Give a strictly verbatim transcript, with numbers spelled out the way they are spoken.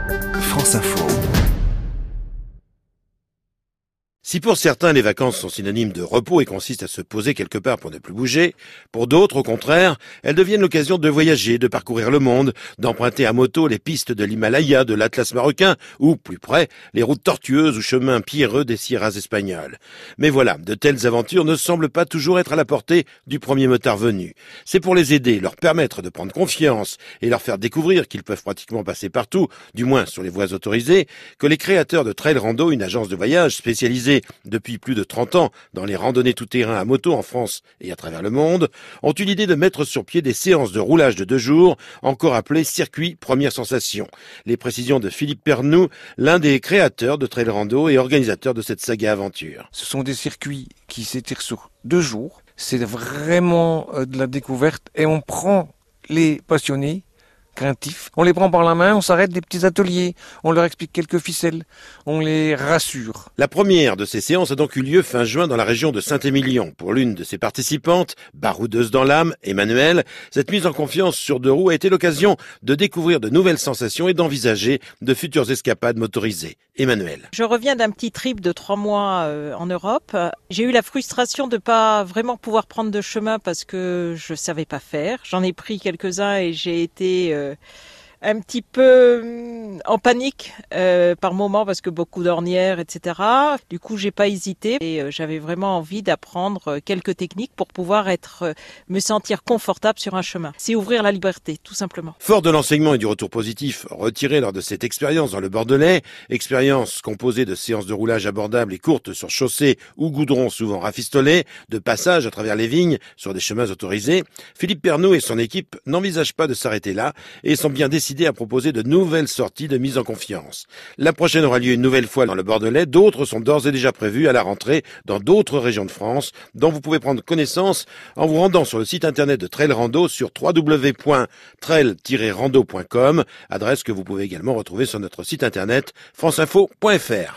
France Info. Si pour certains les vacances sont synonymes de repos et consistent à se poser quelque part pour ne plus bouger, pour d'autres, au contraire, elles deviennent l'occasion de voyager, de parcourir le monde, d'emprunter à moto les pistes de l'Himalaya, de l'Atlas marocain ou, plus près, les routes tortueuses ou chemins pierreux des Sierras espagnoles. Mais voilà, de telles aventures ne semblent pas toujours être à la portée du premier motard venu. C'est pour les aider, leur permettre de prendre confiance et leur faire découvrir qu'ils peuvent pratiquement passer partout, du moins sur les voies autorisées, que les créateurs de Trail Rando, une agence de voyage spécialisée depuis plus de trente ans dans les randonnées tout-terrain à moto en France et à travers le monde, ont eu l'idée de mettre sur pied des séances de roulage de deux jours, encore appelées circuit première sensation. Les précisions de Philippe Pernoud, l'un des créateurs de Trail Rando et organisateur de cette saga aventure. Ce sont des circuits qui s'étirent sur deux jours. C'est vraiment de la découverte et on prend les passionnés craintifs. On les prend par la main, on s'arrête des petits ateliers, on leur explique quelques ficelles, on les rassure. La première de ces séances a donc eu lieu fin juin dans la région de Saint-Émilion. Pour l'une de ses participantes, baroudeuse dans l'âme, Emmanuelle, cette mise en confiance sur deux roues a été l'occasion de découvrir de nouvelles sensations et d'envisager de futures escapades motorisées. Emmanuelle. Je reviens d'un petit trip de trois mois euh, en Europe. J'ai eu la frustration de pas vraiment pouvoir prendre de chemin parce que je savais pas faire. J'en ai pris quelques-uns et j'ai été euh, un petit peu en panique euh, par moments parce que beaucoup d'ornières, et cetera. Du coup, j'ai pas hésité et euh, j'avais vraiment envie d'apprendre quelques techniques pour pouvoir être, euh, me sentir confortable sur un chemin. C'est ouvrir la liberté, tout simplement. Fort de l'enseignement et du retour positif retiré lors de cette expérience dans le Bordelais, expérience composée de séances de roulage abordables et courtes sur chaussée ou goudron souvent rafistolés, de passage à travers les vignes sur des chemins autorisés, Philippe Pernoud et son équipe n'envisagent pas de s'arrêter là et sont bien décidés à proposer de nouvelles sorties de mise en confiance. La prochaine aura lieu une nouvelle fois dans le Bordelais, d'autres sont d'ores et déjà prévues à la rentrée dans d'autres régions de France, dont vous pouvez prendre connaissance en vous rendant sur le site internet de Trail Rando sur w w w point trail tiret rando point com, adresse que vous pouvez également retrouver sur notre site internet france info point f r.